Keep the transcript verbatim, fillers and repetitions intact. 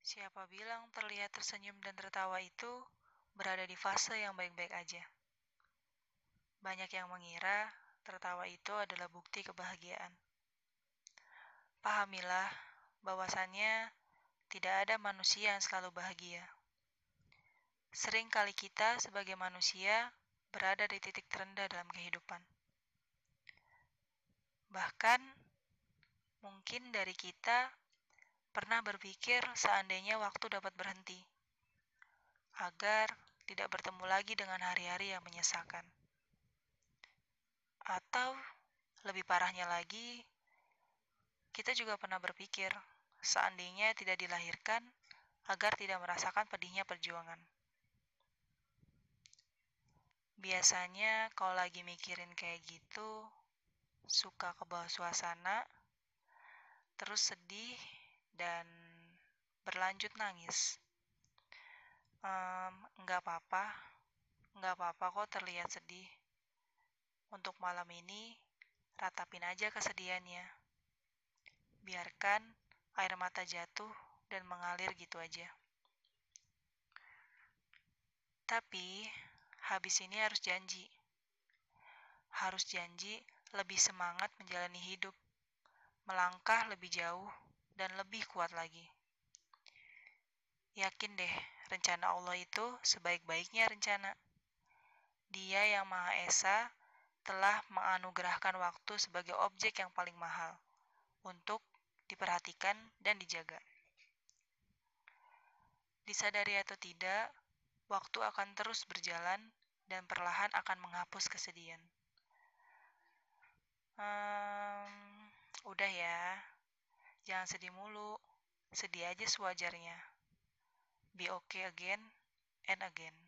Siapa bilang terlihat tersenyum dan tertawa itu berada di fase yang baik-baik aja? Banyak yang mengira tertawa itu adalah bukti kebahagiaan. Pahamilah bahwasannya tidak ada manusia yang selalu bahagia. Sering kali kita sebagai manusia berada di titik terendah dalam kehidupan. Bahkan mungkin dari kita pernah berpikir seandainya waktu dapat berhenti, agar tidak bertemu lagi dengan hari-hari yang menyesakan. Atau lebih parahnya lagi, kita juga pernah berpikir seandainya tidak dilahirkan agar tidak merasakan pedihnya perjuangan. Biasanya kalau lagi mikirin kayak gitu, suka ke bawah suasana, terus sedih dan berlanjut nangis. Um, nggak apa-apa, nggak apa-apa kok terlihat sedih. Untuk malam ini, ratapin aja kesedihannya. Biarkan air mata jatuh dan mengalir gitu aja. Tapi, habis ini harus janji. Harus janji lebih semangat menjalani hidup, melangkah lebih jauh, dan lebih kuat lagi. Yakin deh, rencana Allah itu sebaik-baiknya rencana. Dia yang Maha Esa telah menganugerahkan waktu sebagai objek yang paling mahal untuk diperhatikan dan dijaga. Disadari atau tidak, waktu akan terus berjalan dan perlahan akan menghapus kesedihan. Hmm, udah ya, jangan sedih mulu, sedih aja sewajarnya. Be okay again and again.